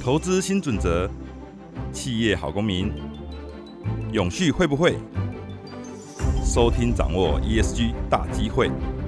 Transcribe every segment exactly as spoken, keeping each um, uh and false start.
投资新准则，企业好公民，永续会不会？收听掌握 E S G 大机会。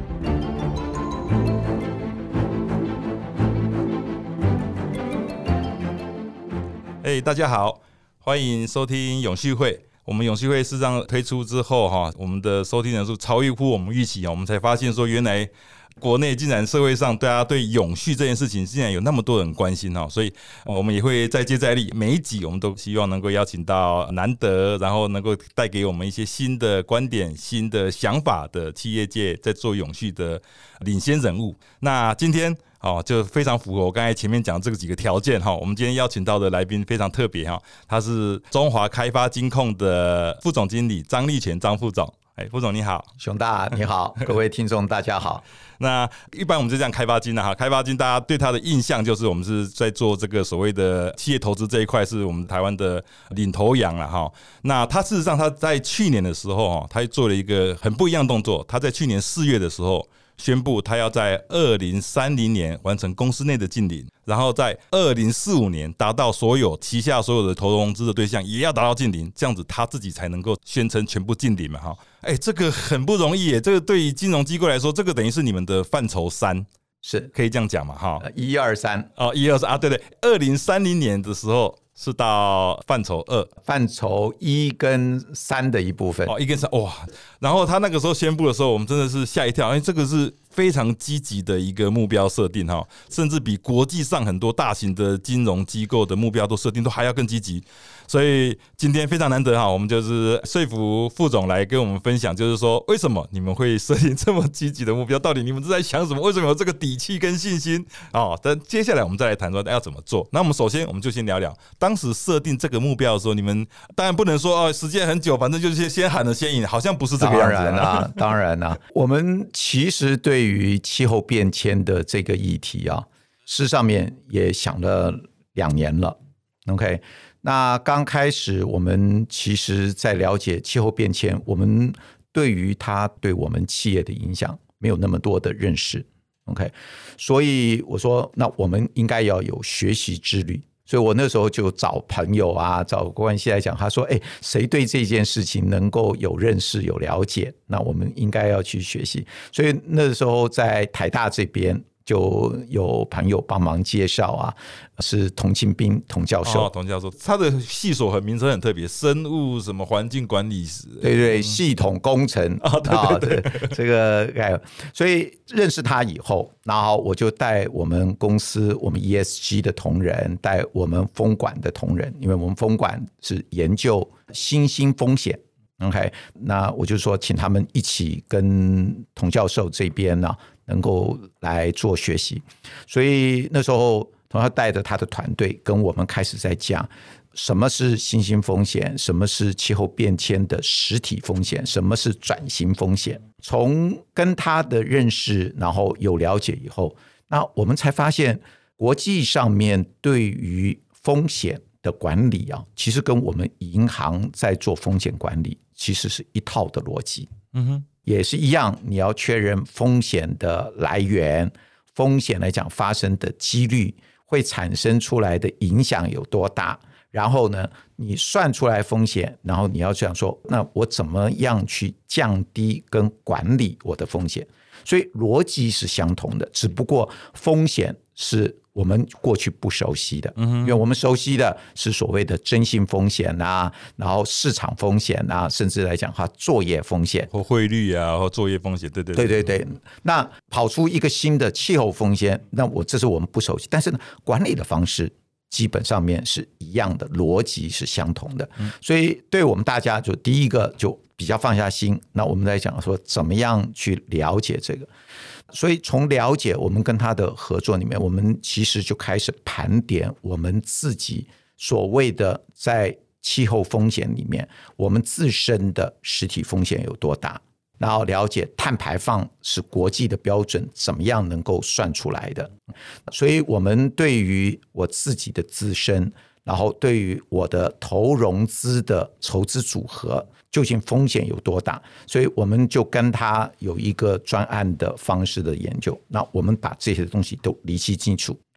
哎，大家好，欢迎收听永续会。我们永续会事实上推出之后哈，我们的收听人数超乎我们预期，我们才发现说原来国内竟然社会上大家对永续这件事情竟然有那么多人关心，所以我们也会再接再厉，每一集我们都希望能够邀请到难得然后能够带给我们一些新的观点新的想法的企业界在做永续的领先人物。那今天哦，就非常符合我刚才前面讲这几个条件哈。我们今天邀请到的来宾非常特别哈，他是中华开发金控的副总经理张立全张副总。哎，副总你好。 熊大你好，各位听众大家好。 那一般我们就讲开发金啊，开发金大家对他的印象就是我们是在做这个所谓的企业投资这一块，是我们台湾的领头羊了哈。那他事实上他在去年的时候，他做了一个很不一样的动作，他在去年四月的时候宣布他要在二零三零年完成公司内的净零，然后在二零四五年达到所有旗下所有的投融资的对象也要达到净零，这样子他自己才能够宣称全部净零嘛哈。哎，这个很不容易耶，这个对于金融机构来说，这个等于是你们的范畴三， 是可以这样讲嘛哈？ 一二三哦，一二三啊，对对，二零三零年的时候是到范畴二， 范畴一跟三的一部分哦，一跟三哇，然后他那个时候宣布的时候，我们真的是吓一跳，因为这个是非常积极的一个目标设定哈，甚至比国际上很多大型的金融机构的目标都设定都还要更积极。所以今天非常难得哈，我们就是说服副总来跟我们分享，就是说为什么你们会设定这么积极的目标？到底你们是在想什么？为什么有这个底气跟信心？哦，但接下来我们再来谈说要怎么做。那我们首先我们就先聊聊当时设定这个目标的时候，你们当然不能说哦时间很久，反正就是先喊了先赢，好像不是这个样子。 当然啦，当然啦，我们其实对于气候变迁的这个议题啊，事上面也想了两年了。OK。那刚开始我们其实在了解气候变迁，我们对于它对我们企业的影响没有那么多的认识 OK， 所以我说那我们应该要有学习之旅，所以我那时候就找朋友啊，找关系来讲，他说哎，谁对这件事情能够有认识有了解，那我们应该要去学习。所以那时候在台大这边就有朋友帮忙介绍啊，是童庆斌童教授。 哦，童教授，他的系所和名称很特别，生物什么环境管理史， 对对，系统工程啊，对对对， 哦、这个，所以认识他以后，然后我就带我们公司我们 E S G 的同仁，带我们风管的同仁，因为我们风管是研究新兴风险。OK， 那我就说请他们一起跟童教授这边呢、啊、能够来做学习，所以那时候童教授带着他的团队跟我们开始在讲什么是新兴风险，什么是气候变迁的实体风险，什么是转型风险。从跟他的认识然后有了解以后，那我们才发现国际上面对于风险的管理啊，其实跟我们银行在做风险管理其实是一套的逻辑。嗯哼，也是一样，你要确认风险的来源，风险来讲发生的几率，会产生出来的影响有多大，然后呢你算出来风险，然后你要这样说，那我怎么样去降低跟管理我的风险。所以逻辑是相同的，只不过风险是我们过去不熟悉的，嗯、因为我们熟悉的是所谓的征信风险啊，然后市场风险啊，甚至来讲它作业风险或汇率啊，或作业风险，对对对对对。那跑出一个新的气候风险，那我这是我们不熟悉，但是呢，管理的方式基本上面是一样的，逻辑是相同的，嗯、所以对我们大家就第一个就比较放下心。那我们在讲说怎么样去了解这个。所以从了解我们跟他的合作里面，我们其实就开始盘点我们自己所谓的在气候风险里面我们自身的实体风险有多大，然后了解碳排放是国际的标准怎么样能够算出来的。所以我们对于我自己的自身，然后对于我的投融资的筹资组合究竟风险有多大，所以我们就跟他有一个专案的方式的研究。那我们把这些东西都厘清清楚，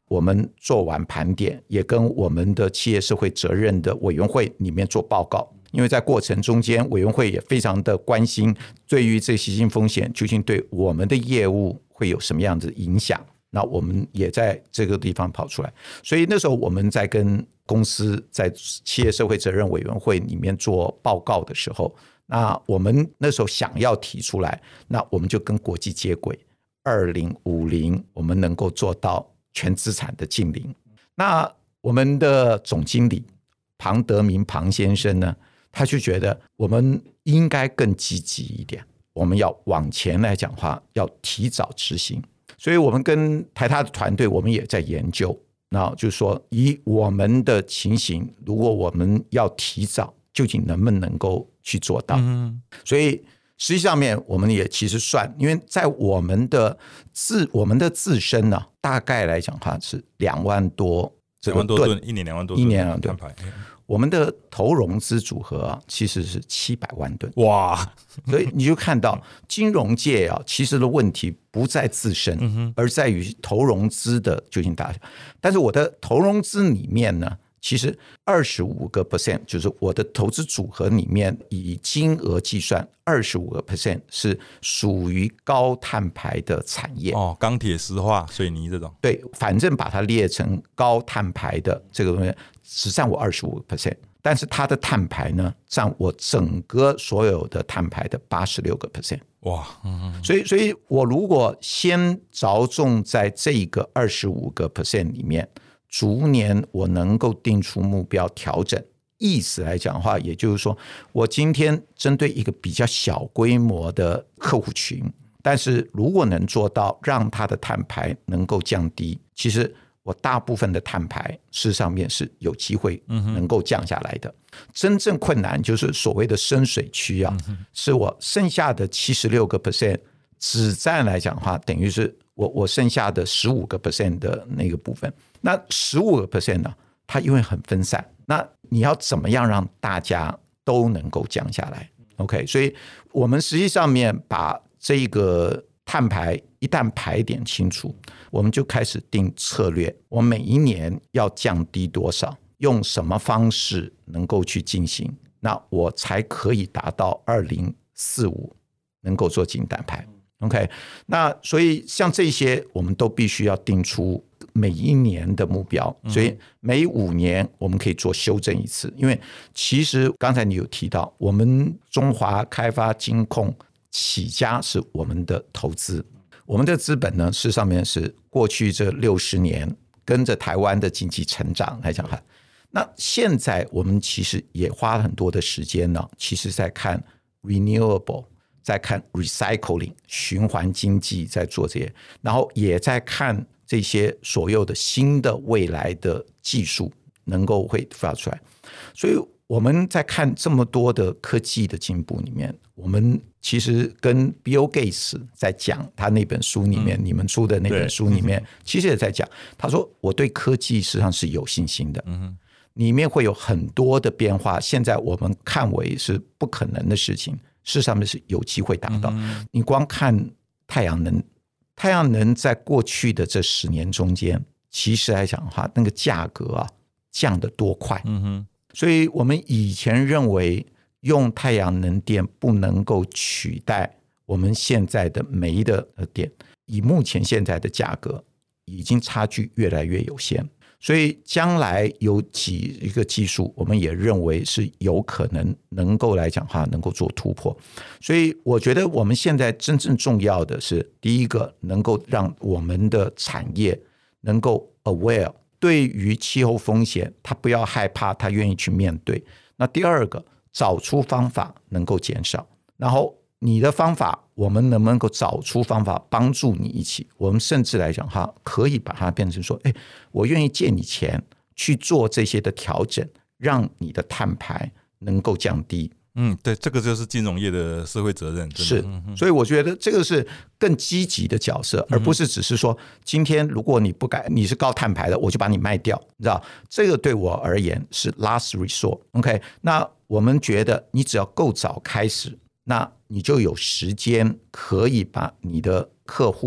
我们做完盘点，也跟我们的企业社会责任的委员会里面做报告。因为在过程中间，委员会也非常的关心，对于这些新风险究竟对我们的业务会有什么样的影响，那我们也在这个地方跑出来。所以那时候我们在跟公司在企业社会责任委员会里面做报告的时候，那我们那时候想要提出来，那我们就跟国际接轨，二零五零我们能够做到全资产的净零。那我们的总经理庞德明庞先生呢，他就觉得我们应该更积极一点，我们要往前来讲话，要提早执行。所以我们跟台大的团队，我们也在研究，那就是说以我们的情形，如果我们要提早，究竟能不能够去做到？嗯、所以实际上面我们也其实算，因为在我们的自我们的自身呢、啊，大概来讲的话是两万多这个吨， 两万多吨，一年两万多吨， 一年两万吨。我们的投融资组合啊，其实是七百万吨。 哇！ 所以你就看到金融界啊，其实的问题不在自身，嗯、而在于投融资的究竟大小。但是我的投融资里面呢，其实 百分之二十五 就是我的投资组合里面以金额计算 百分之二十五 是属于高碳排的产业。 哦，钢铁、石化、水泥这种。 对，反正把它列成高碳排的这个东西只占我 百分之二十五， 但是它的碳排呢占我整个所有的碳排的 百分之八十六。 哇、嗯、 所以所以我如果先着重在这个 百分之二十五 里面，逐年我能够定出目标调整，意思来讲的话，也就是说我今天针对一个比较小规模的客户群，但是如果能做到让它的碳排能够降低，其实我大部分的碳排事实上面是有机会能够降下来的、嗯、真正困难就是所谓的深水区啊、嗯、是我剩下的 百分之七十六 只占来讲的话，等于是我我剩下的 百分之十五 的那个部分。那 百分之十五 呢，它因为很分散，那你要怎么样让大家都能够降下来 OK， 所以我们实际上面把这个碳排一旦排点清楚，我们就开始定策略，我每一年要降低多少，用什么方式能够去进行，那我才可以达到二零四五能够做净碳排。 OK， 那所以像这些我们都必须要定出每一年的目标，所以每五年我们可以做修正一次。因为其实刚才你有提到，我们中华开发金控起家是我们的投资，我们的资本呢，事实上面是过去这六十年跟着台湾的经济成长来讲，那现在我们其实也花了很多的时间呢，其实在看 renewable， 在看 recycling 循环经济，在做这些，然后也在看这些所有的新的未来的技术能够会发出来。所以我们在看这么多的科技的进步里面，我们其实跟 Bill Gates 在讲他那本书里面、嗯、你们出的那本书里面其实也在讲，他说我对科技实际上是有信心的、嗯、里面会有很多的变化，现在我们看为是不可能的事情，事实上面是有机会达到、嗯、你光看太阳能，太阳能在过去的这十年中间，其实来讲的话，那个价格啊降得多快、嗯哼，所以我们以前认为用太阳能电不能够取代我们现在的煤的电，以目前现在的价格已经差距越来越有限，所以将来有几个技术我们也认为是有可能能够来讲话能够做突破。所以我觉得我们现在真正重要的是，第一个能够让我们的产业能够 aware，对于气候风险他不要害怕，他愿意去面对。那第二个找出方法能够减少，然后你的方法我们能不能够找出方法帮助你一起，我们甚至来讲哈，可以把它变成说，哎，我愿意借你钱去做这些的调整，让你的碳排能够降低。 嗯，对，这个就是金融业的社会责任， 是，所以我觉得这个是更积极的角色，而不是只是说今天如果你不改，你是高碳排的，我就把你卖掉，你知道，这个对我而言是 last resort。OK， 那我们觉得你只要够早开始，那你就有时间可以把你的客户啊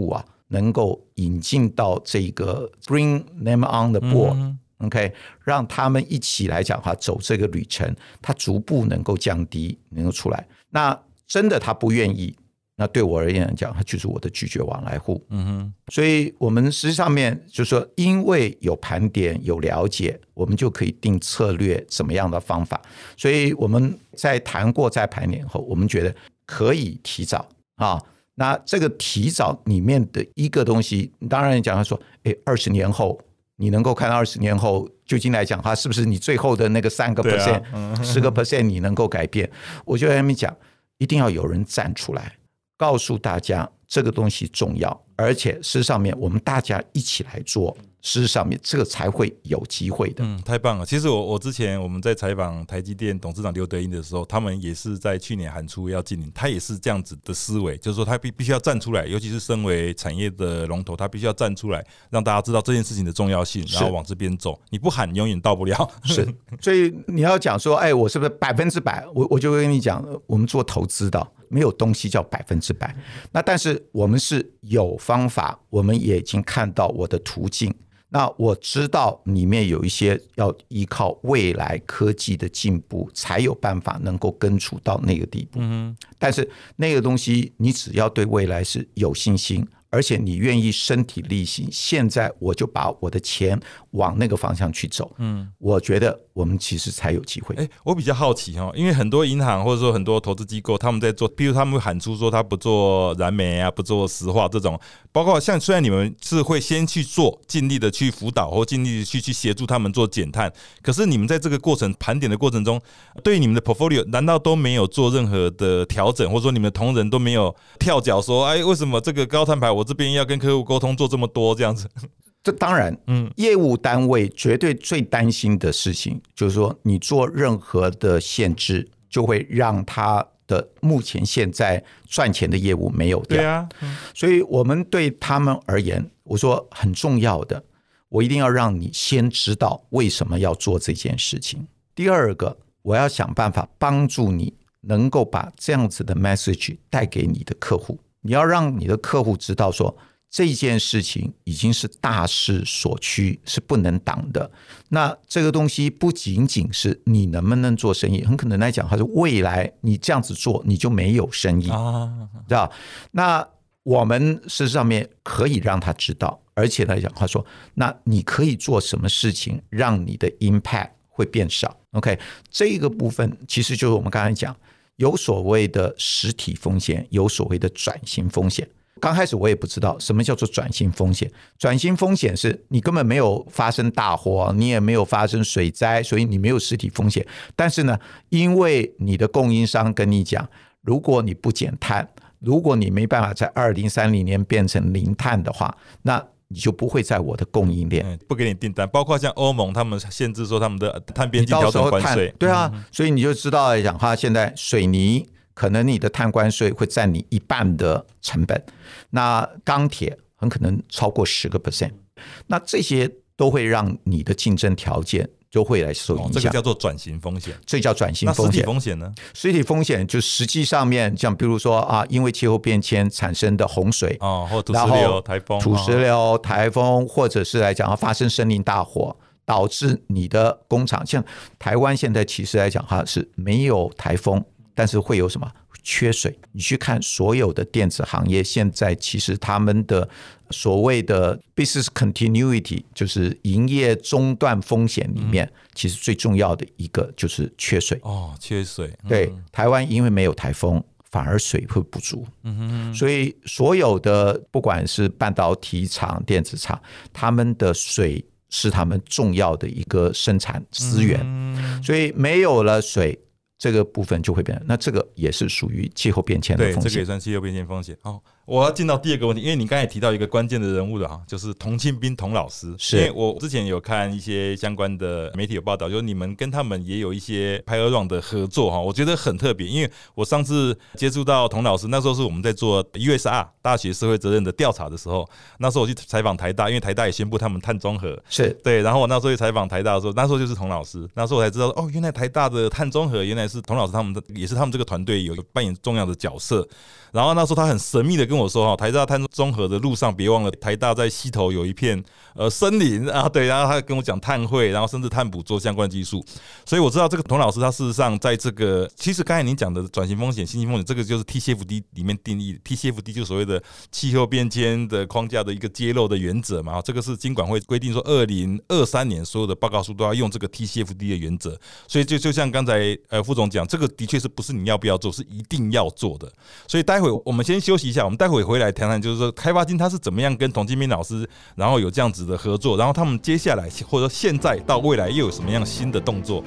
能够引进到这个 bring them on the board、嗯OK， 让他们一起来讲话，走这个旅程，他逐步能够降低，能够出来。那真的他不愿意，那对我而言来讲，他就是我的拒绝往来户。嗯哼，所以我们实际上面就是说，因为有盘点、有了解，我们就可以定策略，什么样的方法。所以我们在谈过再盘点后，我们觉得可以提早啊。那这个提早里面的一个东西，当然讲他说，哎，二十年后。你能够看到二十年后，究竟来讲，它是不是你最后的那个三个 percent、十个 percent 你能够改变？我就跟他们讲，一定要有人站出来，告诉大家这个东西重要，而且事实上面我们大家一起来做。事实上面这个才会有机会的。 嗯，太棒了。其实我我之前我们在采访台积电董事长刘德音的时候，他们也是在去年喊出要进领，他也是这样子的思维，就是说他必必须要站出来，尤其是身为产业的龙头，他必须要站出来，让大家知道这件事情的重要性，然后往这边走。你不喊，永远到不了。 是，所以你要讲说，哎，我是不是百分之百？我我就会跟你讲，我们做投资的。没有东西叫百分之百，那但是我们是有方法，我们也已经看到我的途径。那我知道里面有一些要依靠未来科技的进步，才有办法能够根除到那个地步。嗯，但是那个东西，你只要对未来是有信心，而且你愿意身体力行，现在我就把我的钱往那个方向去走。嗯，我觉得我们其实才有机会。 欸、我比较好奇哈，因为很多银行或者说很多投资机构，他们在做，譬如他们会喊出说他不做燃煤啊，不做石化这种，包括像虽然你们是会先去做，尽力的去辅导或尽力的去去协助他们做减碳，可是你们在这个过程盘点的过程中，对于你们的 portfolio 难道都没有做任何的调整，或者说你们的同仁都没有跳脚说，哎，为什么这个高碳排我这边要跟客户沟通做这么多这样子？ 这当然，嗯，业务单位绝对最担心的事情就是说，你做任何的限制，就会让他的目前现在赚钱的业务没有掉。 对啊，嗯， 所以我们对他们而言，我说很重要的，我一定要让你先知道为什么要做这件事情。第二个，我要想办法帮助你能够把这样子的 message 带给你的客户，你要让你的客户知道说，这件事情已经是大势所趋，是不能挡的。那这个东西不仅仅是你能不能做生意，很可能来讲，它是未来你这样子做，你就没有生意，啊，知道？那我们事实上面可以让他知道，而且来讲，他说，那你可以做什么事情，让你的 impact 会变少 ？OK， 这个部分其实就是我们刚才讲，有所谓的实体风险，有所谓的转型风险。刚开始我也不知道什么叫做转型风险。转型风险是你根本没有发生大火，你也没有发生水灾，所以你没有实体风险。但是呢，因为你的供应商跟你讲，如果你不减碳，如果你没办法在二零三零年变成零碳的话，那你就不会在我的供应链， 嗯，不给你订单。包括像欧盟他们限制说他们的碳边境调整关税， 对啊，嗯，所以你就知道来讲话，现在水泥可能你的碳关税会占你一半的成本，那钢铁很可能超过 百分之十， 那这些都会让你的竞争条件就会来受影响，哦， 这个叫做转型风险， 这叫转型风险。 那实体风险呢？ 实体风险就实际上面，像比如说啊，因为气候变迁产生的洪水， 哦，或土石流、台风、 土石流、台风，或者是来讲发生森林大火，导致你的工厂，像台湾现在其实来讲它是没有台风，但是会有什么？缺水。你去看所有的电子行业，现在其实他们的所谓的 business continuity， 就是营业中断风险里面，嗯，其实最重要的一个就是缺水。 哦，缺水。嗯， 对，台湾因为没有台风，反而水会不足。嗯哼哼，所以所有的不管是半导体厂、电子厂，他们的水是他们重要的一个生产资源。嗯，所以没有了水，这个部分就会变成，那这个也是属于气候变迁的风险。 对，这个也算气候变迁风险。好，我要进到第二个问题，因为你刚才提到一个关键的人物了哈，就是童庆斌童老师。 是， 因为我之前有看一些相关的媒体有报道，就是你们跟他们也有一些 Pilot Run 的合作哈，我觉得很特别。因为我上次接触到童老师，那时候是我们在做 U S R 大学社会责任的调查的时候，那时候我去采访台大，因为台大也宣布他们碳中和。 是， 对，然后我那时候去采访台大的时候，那时候就是童老师，那时候我才知道哦，原来台大的碳中和原来是童老师他们的，也是他们这个团队有扮演重要的角色。然后那时候他很神秘的跟跟我说，台大碳中和的路上，别忘了台大在溪头有一片呃森林啊，对，然后他跟我讲碳汇，然后甚至碳捕捉相关技术，所以我知道这个童老师他事实上在这个，其实刚才您讲的转型风险、新兴风险，这个就是 T C F D 里面定义 ，T C F D 就是所谓的气候变迁的框架的一个揭露的原则嘛，这个是金管会规定说，二零二三年所有的报告书都要用这个 T C F D 的原则，所以就就像刚才呃副总讲，这个的确是不是你要不要做，是一定要做的。所以待会我们先休息一下，我们待会回来谈谈，就是说开发金它是怎么样跟童金斌老师，然后有这样子的合作，然后他们接下来或者说现在到未来又有什么样新的动作。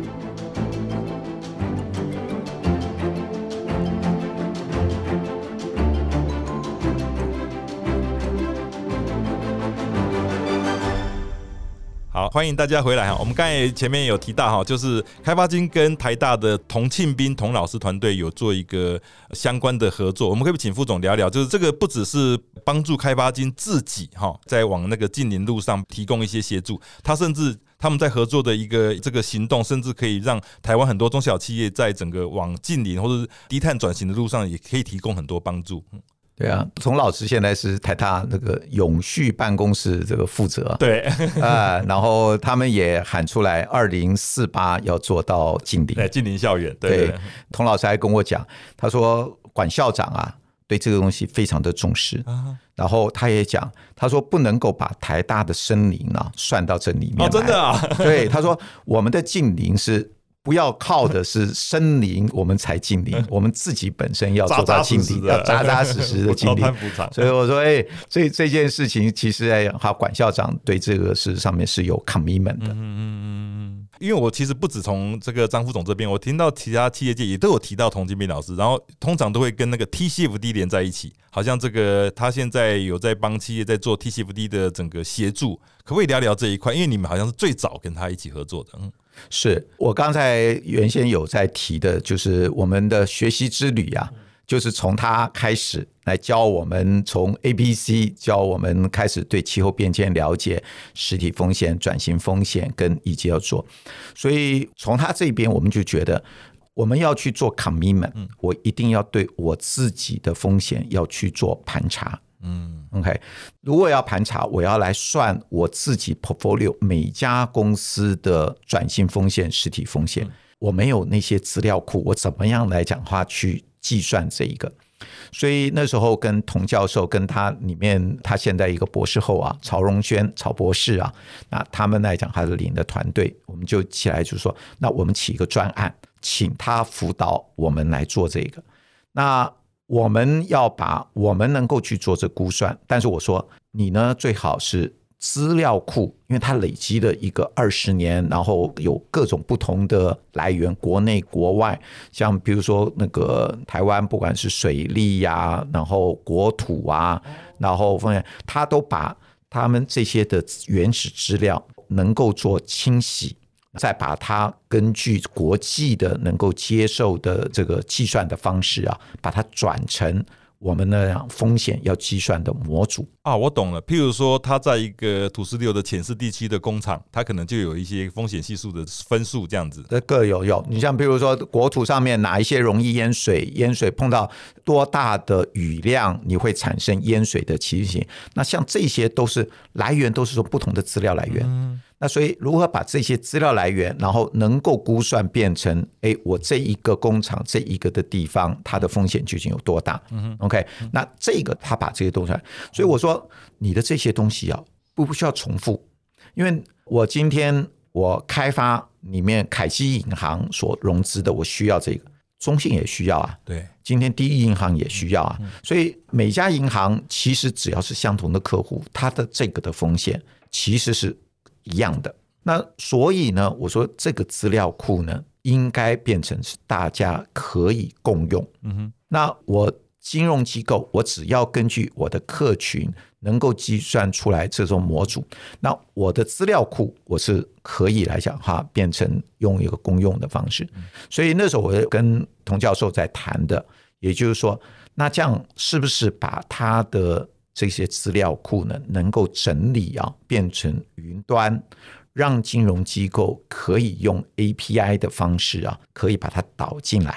好，欢迎大家回来哈。我们刚才前面有提到哈，就是开发金跟台大的童庆斌童老师团队有做一个相关的合作，我们可以请副总聊聊，就是这个不只是帮助开发金自己哈，在往那个近邻路上提供一些协助，他甚至他们在合作的一个这个行动，甚至可以让台湾很多中小企业在整个往近邻或者是低碳转型的路上，也可以提供很多帮助。 对啊，童老师现在是台大那个永续办公室这个负责， 对啊、呃，然后他们也喊出来，二零四八要做到近邻， 对，近邻校园。对，对， 对，童老师还跟我讲，他说管校长啊，对这个东西非常的重视，啊、然后他也讲，他说不能够把台大的森林啊算到这里面来， 哦，真的啊， 对，他说我们的近邻是。不要靠的是森林，我们才近邻，我们自己本身要做到近邻，要扎扎实实的近邻。所以我说，哎、欸，这这件事情其实哎，他管校长对这个事上面是有 commitment 的。嗯嗯嗯，因为我其实不止从这个张副总这边，我听到其他企业界也都有提到童金斌老师，然后通常都会跟那个 T C F D 连在一起，好像这个他现在有在帮企业在做 T C F D 的整个协助，可不可以聊聊这一块？因为你们好像是最早跟他一起合作的。嗯， 是我刚才原先有在提的，就是我们的学习之旅啊，就是从他开始来教我们，从 A B C 教我们开始对气候变迁了解，实体风险、转型风险跟以及要做，所以从他这边我们就觉得我们要去做 commitment， 我一定要对我自己的风险要去做盘查。嗯 ，OK， 如果要盘查，我要来算我自己 portfolio 每家公司的转型风险、实体风险，我没有那些资料库，我怎么样来讲话去计算这一个？所以那时候跟童教授跟他里面，他现在一个博士后啊，曹荣轩曹博士啊，那他们来讲他的领的团队，我们就起来就说，那我们起一个专案，请他辅导我们来做这个。那我们要把我们能够去做这估算，但是我说你呢最好是资料库，因为它累积了一个二十年，然后有各种不同的来源，国内国外，像比如说那个台湾不管是水利啊，然后国土啊，然后它都把他们这些的原始资料能够做清洗，再把它根据国际的能够接受的这个计算的方式啊，把它转成我们那样风险要计算的模组啊。我懂了，譬如说他在一个土石流的浅势地区的工厂，他可能就有一些风险系数的分数这样子。 各有有，你像譬如说国土上面哪一些容易淹水，淹水碰到多大的雨量你会产生淹水的情形，那像这些都是来源，都是说不同的资料来源。嗯，那所以如何把这些资料来源然后能够估算变成哎，我这一个工厂这一个的地方它的风险究竟有多大。嗯 OK， 那这个他把这些东西，所以我说你的这些东西啊不需要重复，因为我今天我开发里面凯基银行所融资的，我需要这个，中信也需要啊， 对， 今天第一银行也需要啊，所以每家银行其实只要是相同的客户，它的这个的风险其实是一样的。那所以呢，我说这个资料库呢，应该变成是大家可以共用。嗯哼，那我金融机构，我只要根据我的客群能够计算出来这种模组，那我的资料库我是可以来讲哈，变成用一个公用的方式。所以那时候我跟童教授在谈的，也就是说，那这样是不是把他的这些资料库呢，能够整理啊，变成云端，让金融机构可以用 A P I 的方式啊，可以把它导进来。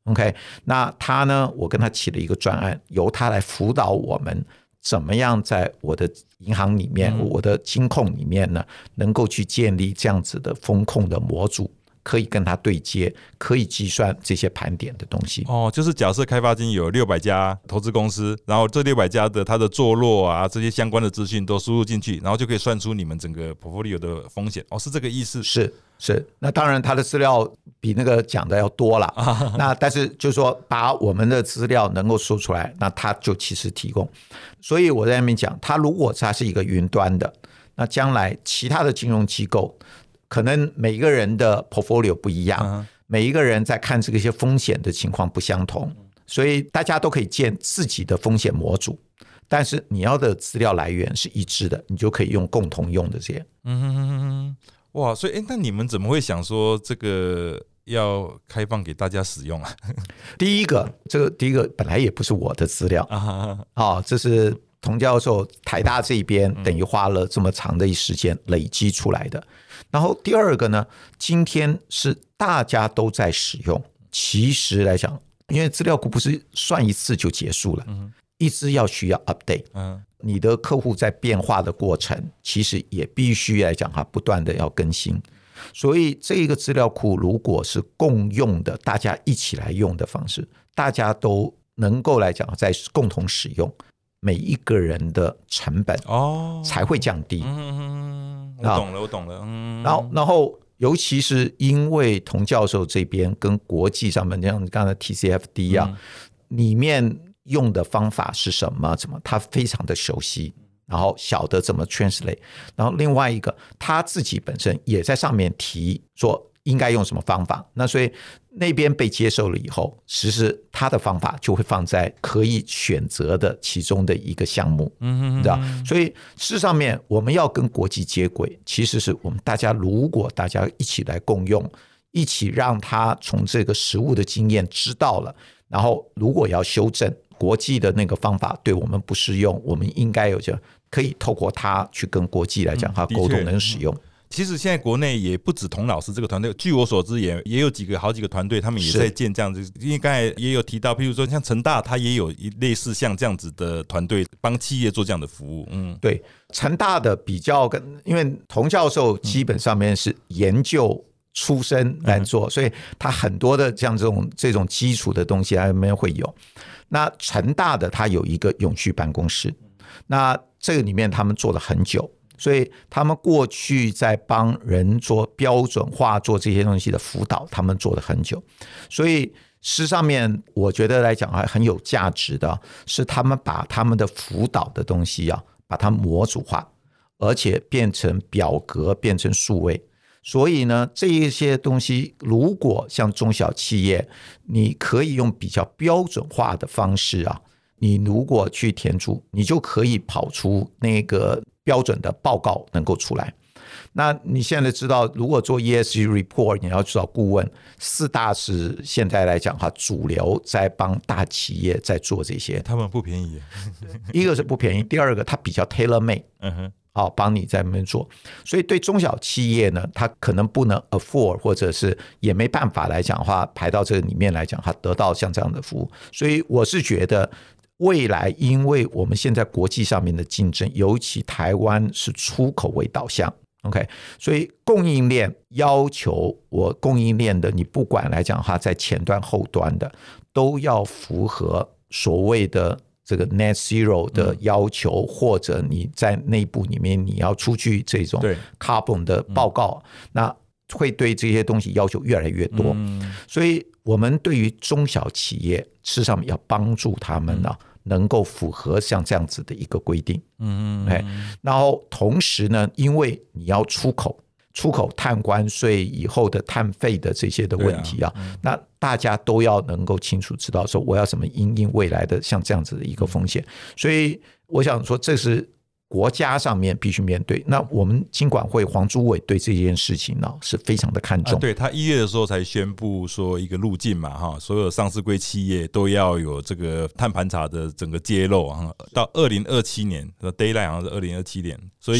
OK， 那他呢，我跟他起了一个专案，由他来辅导我们怎么样在我的银行里面、嗯、我的金控里面呢，能够去建立这样子的风控的模组，可以跟他对接，可以计算这些盘点的东西。 哦，就是假设开发金有六百家投资公司，然后这六百家的它的坐落啊，这些相关的资讯都输入进去，然后就可以算出你们整个 portfolio 的风险。哦，是这个意思？ 是是。那当然，他的资料比那个讲的要多了。那但是就是说，把我们的资料能够说出来，那他就其实提供。所以我在那边讲，他如果他是一个云端的，那将来其他的金融机构。可能每一个人的 portfolio 不一样，嗯、每一个人在看这些风险的情况不相同，所以大家都可以建自己的风险模组，但是你要的资料来源是一致的，你就可以用共同用的这些。 嗯哼哼哼，哇，所以那你们怎么会想说这个要开放给大家使用啊？ 第一个，这个第一个本来也不是我的资料啊、哦，这是童教授台大这边等于花了这么长的一时间累积出来的。然后第二个呢，今天是大家都在使用，其实来讲，因为资料库不是算一次就结束了，嗯、一直要需要 update，嗯、你的客户在变化的过程，其实也必须来讲它不断的要更新，所以这一个资料库如果是共用的，大家一起来用的方式，大家都能够来讲在共同使用，每一个人的成本才会降低。哦嗯我懂了，我懂了。嗯， 然后，然后，尤其是因为童教授这边跟国际上面，像刚才 T C F D 啊、嗯，里面用的方法是什么？怎么？他非常的熟悉，然后晓得怎么 translate。然后另外一个，他自己本身也在上面提说应该用什么方法。那所以那边被接受了以后，其实他的方法就会放在可以选择的其中的一个项目，嗯，你知道？所以事实上面我们要跟国际接轨，其实是我们大家如果大家一起来共用，一起让他从这个实务的经验知道了，然后如果要修正国际的那个方法对我们不适用，我们应该有这可以透过他去跟国际来讲他沟通能使用。 其实现在国内也不止童老师这个团队，据我所知也也有几个好几个团队，他们也在建这样子。因为刚才也有提到，譬如说像成大，他也有类似像这样子的团队，帮企业做这样的服务。嗯， 对，成大的比较跟，因为童教授基本上面是研究出身来做，嗯、所以他很多的像这种这种基础的东西还没有会有。那成大的他有一个永续办公室，那这个里面他们做了很久。所以他们过去在帮人做标准化做这些东西的辅导，他们做了很久。所以事实上面我觉得来讲还很有价值的是他们把他们的辅导的东西啊，把它模组化，而且变成表格，变成数位。所以呢，这一些东西如果像中小企业，你可以用比较标准化的方式啊，你如果去填出，你就可以跑出那个标准的报告能够出来。那你现在知道，如果做 E S G report， 你要找顾问，四大是现在来讲哈，主流在帮大企业在做这些， 他们不便宜。 一个是不便宜，第二个它比较 tailor made， 嗯哼，好帮你在那边做。所以对中小企业呢，它可能不能 afford， 或者是也没办法来讲的话，排到这个里面来讲，它得到像这样的服务。所以我是觉得。未来因为我们现在国际上面的竞争，尤其台湾是出口为导向 OK， 所以供应链要求我供应链的你不管来讲它在前端后端的都要符合所谓的这个 net zero 的要求，嗯、或者你在内部里面你要出去这种 carbon 的报告，嗯、那会对这些东西要求越来越多，嗯、所以我们对于中小企业事实上要帮助他们呢、啊。嗯能够符合像这样子的一个规定，嗯嗯，然后同时呢，因为你要出口，出口碳关税以后的碳费的这些的问题啊，啊嗯、那大家都要能够清楚知道说我要怎么因应未来的像这样子的一个风险，所以我想说这是国家上面必须面对。那我们金管会黄主委对这件事情呢是非常的看重，啊、 对他一月的时候才宣布说一个路径嘛，哈，所有上市柜企业都要有这个碳盘查的整个揭露，到二零二七年 ，deadline 好像是二零二七年，所以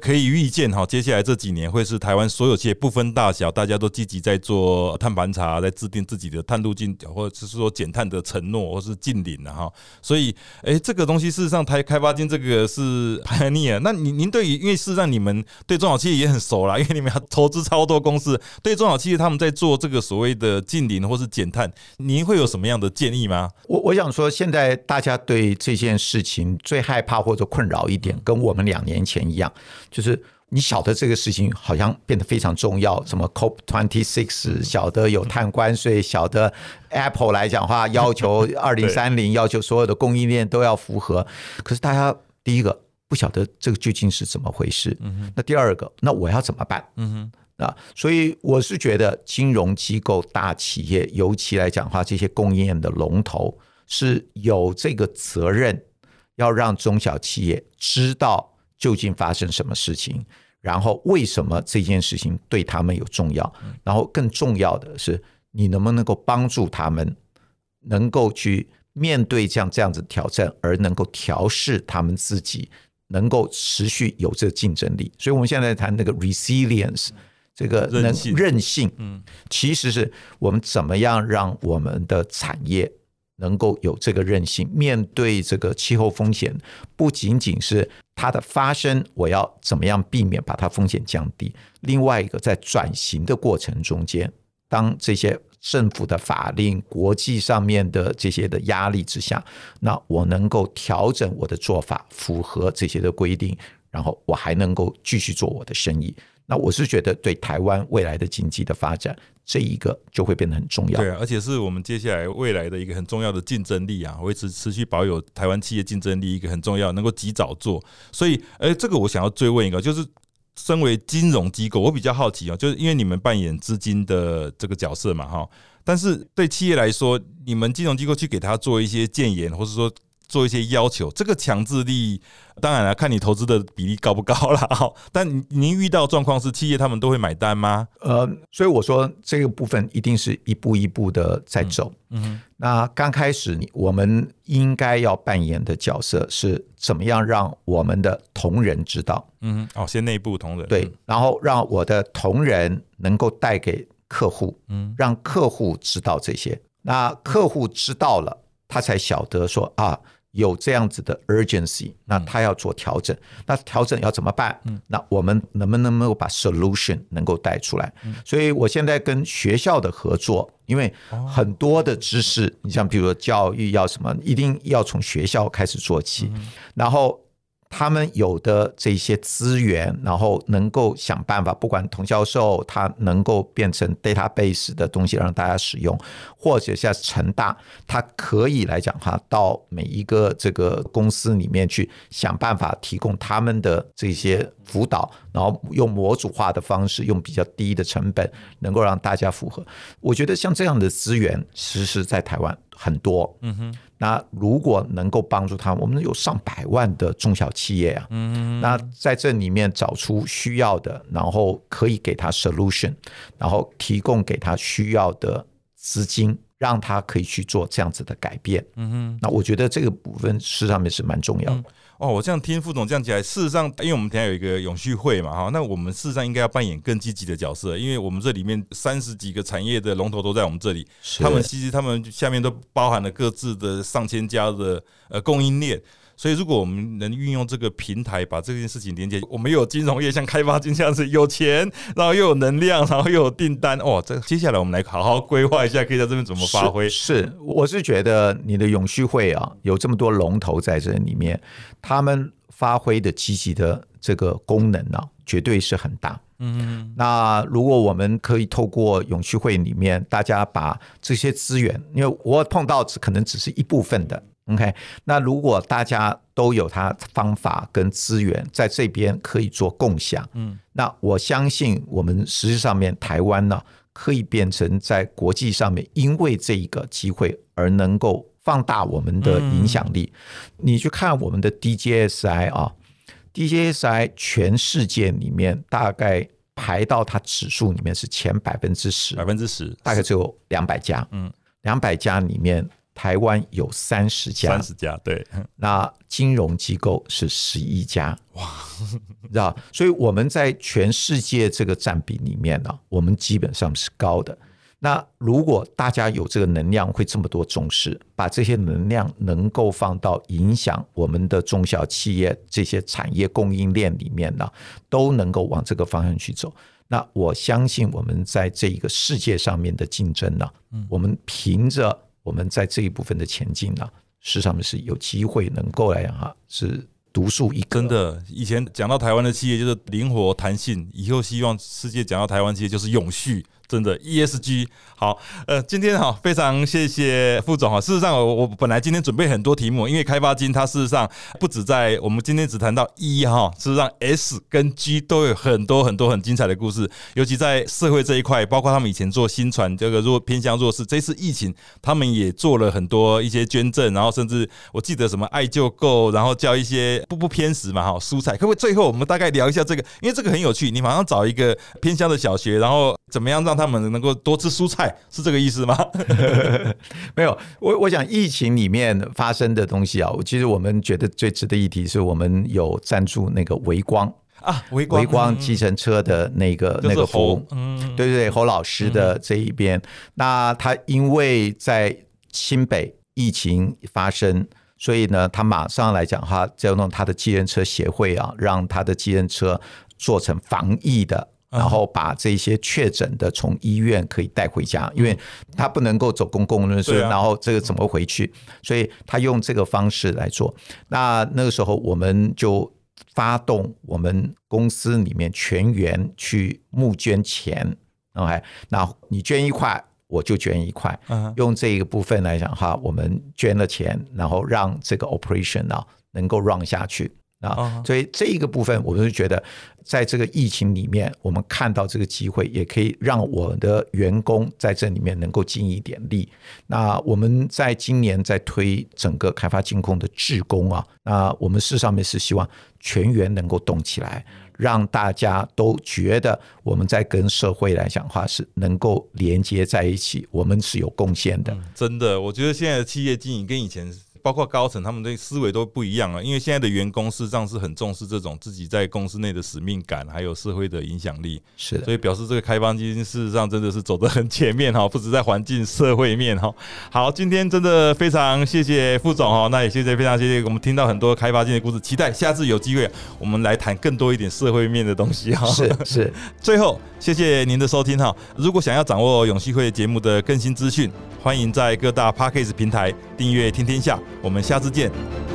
可以预见哈，接下来这几年会是台湾所有企业不分大小，大家都积极在做碳盘查，在制定自己的碳路径，或者是说减碳的承诺，或是净零啊哈。所以，哎，这个东西事实上台开发金这个是 pioneer。那您您对于，因为事实上你们对中小企业也很熟啦，因为你们要投资超多公司，对中小企业他们在做这个所谓的净零或是减碳，您会有什么样的建议吗？ 我我想说，现在大家对这件事情最害怕或者困扰一点，跟我们两年前一样。就是你晓得这个事情好像变得非常重要，什么 C O P 二十六 晓得有碳关税，晓得 Apple 来讲话要求二零三零要求所有的供应链都要符合，可是大家第一个不晓得这个究竟是怎么回事，嗯、那第二个，那我要怎么办？嗯啊，所以我是觉得金融机构、大企业，尤其来讲话，这些供应链的龙头是有这个责任，要让中小企业知道究竟发生什么事情，然后为什么这件事情对他们有重要，然后更重要的是你能不能够帮助他们能够去面对这样这样子的挑战，而能够调试他们自己，能够持续有这个竞争力。所以我们现在谈那个 resilience， 这个能韧性，韧性其实是我们怎么样让我们的产业能够有这个韧性，面对这个气候风险，不仅仅是它的发生，我要怎么样避免把它风险降低。另外一个，在转型的过程中间，当这些政府的法令、国际上面的这些的压力之下，那我能够调整我的做法，符合这些的规定，然后我还能够继续做我的生意。那我是觉得对台湾未来的经济的发展，这一个就会变得很重要。 对啊，而且是我们接下来未来的一个很重要的竞争力啊，维持持续保有台湾企业竞争力一个很重要，能够及早做。所以，哎，这个我想要追问一个，就是身为金融机构，我比较好奇哦，就是因为你们扮演资金的这个角色嘛，哈，但是对企业来说，你们金融机构去给他做一些建言，或是说做一些要求，这个强制力当然了，看你投资的比例高不高啦。但您遇到状况是企业他们都会买单吗？ 呃，所以我说这个部分一定是一步一步的在走。嗯嗯，那刚开始我们应该要扮演的角色是怎么样让我们的同仁知道。 嗯，哦，先内部同仁， 对，然后让我的同仁能够带给客户，嗯，让客户知道这些。那客户知道了，他才晓得说啊，有这样子的 urgency， 那他要做调整，那调整要怎么办？那我们能不能够把 solution 能够带出来？所以我现在跟学校的合作，因为很多的知识，你像比如说教育要什么，一定要从学校开始做起，然后他们有的这些资源，然后能够想办法，不管童教授他能够变成 database 的东西让大家使用，或者像成大他可以来讲他到每一个这个公司里面去想办法提供他们的这些辅导，然后用模组化的方式，用比较低的成本能够让大家符合。我觉得像这样的资源其实在台湾很多，嗯哼，那如果能够帮助他们，我们有上百万的中小企业啊，嗯，那在这里面找出需要的，然后可以给他 solution， 然后提供给他需要的资金，让他可以去做这样子的改变。嗯哼，那我觉得这个部分事实上面是蛮重要的。嗯哦，我这样听副总这样讲，事实上，因为我们等一下有一个永续会嘛，哈，那我们事实上应该要扮演更积极的角色，因为我们这里面三十几个产业的龙头都在我们这里，他们其实他们下面都包含了各自的上千家的呃供应链。所以如果我们能运用这个平台把这件事情连接，我们又有金融业像开发金这样子有钱，然后又有能量，然后又有订单，哇！这接下来我们来好好规划一下，可以在这边怎么发挥。 是，是我是觉得你的永续会啊，有这么多龙头在这里面，他们发挥的积极的这个功能啊，绝对是很大。嗯，那如果我们可以透过永续会里面，大家把这些资源，因为我碰到可能只是一部分的。OK， 那如果大家都有他方法跟资源在这边可以做共享，嗯，那我相信我们实际上面台湾呢，可以变成在国际上面因为这一个机会而能够放大我们的影响力。嗯，你去看我们的 D J S I 啊 ，D J S I 全世界里面大概排到它指数里面是前百分之十， 百分之十， 大概只有两百家，嗯，两百家里面。 台湾有三十家， 三十家，对。 那金融机构是十一家，哇，知道？所以我们在全世界这个占比里面呢、啊，我们基本上是高的。那如果大家有这个能量，会这么多重视，把这些能量能够放到影响我们的中小企业这些产业供应链里面呢，都能够往这个方向去走。那我相信我们在这一个世界上面的竞争呢，嗯、我们凭着我们在这一部分的前进呢，事实上面是有机会能够来讲哈，是独树一格。 真的，以前讲到台湾的企业就是灵活弹性，以后希望世界讲到台湾企业就是永续。真的 E S G 好，呃，今天好，非常谢谢副总哈。事实上我，我本来今天准备很多题目，因为开发金它事实上不止在我们今天只谈到 E 哈，事实上 S 跟 G 都有很多很多很精彩的故事，尤其在社会这一块，包括他们以前做新传这个弱偏向弱势，这次疫情他们也做了很多一些捐赠，然后甚至我记得什么爱就够，然后叫一些不不偏食嘛哈蔬菜，可不可以最后我们大概聊一下这个，因为这个很有趣，你马上找一个偏乡的小学，然后怎么样让他们能够多吃蔬菜，是这个意思吗？ 没有，我我想疫情里面发生的东西啊，其实我们觉得最值得一提是我们有赞助那个微光啊，微光微光计程车的那个、嗯、那个服务，嗯，对对对，侯老师的这一边，嗯、那他因为在新北疫情发生。所以呢，他马上来讲哈，就弄他的计程车协会啊，让他的计程车做成防疫的，然后把这些确诊的从医院可以带回家，因为他不能够走公共运输，然后这个怎么回去？所以他用这个方式来做。那那个时候我们就发动我们公司里面全员去募捐钱 ，OK， 那你捐一块。我就捐一块，用这个部分来讲的话，我们捐了钱，然后让这个 operation 啊能够 run 下去啊，所以这一个部分，我们就觉得，在这个疫情里面，我们看到这个机会，也可以让我的员工在这里面能够尽一点力。那我们在今年在推整个开发金控的志工啊，那我们事实上面是希望全员能够动起来。让大家都觉得我们在跟社会来讲话是能够连接在一起，我们是有贡献的、嗯。 真的，我觉得现在的企业经营跟以前包括高层他们的思维都不一样了，因为现在的员工事实上是很重视这种自己在公司内的使命感，还有社会的影响力。 是的， 所以表示这个开发基金事实上真的是走得很前面哈，不止在环境社会面哈。好，今天真的非常谢谢副总哈，那也谢谢非常谢谢我们听到很多开发金的故事，期待下次有机会我们来谈更多一点社会面的东西哈。 是是， 最后谢谢您的收听哈。如果想要掌握永续会节目的更新资讯，欢迎在各大 Podcast 平台订阅听天下。我们下次见。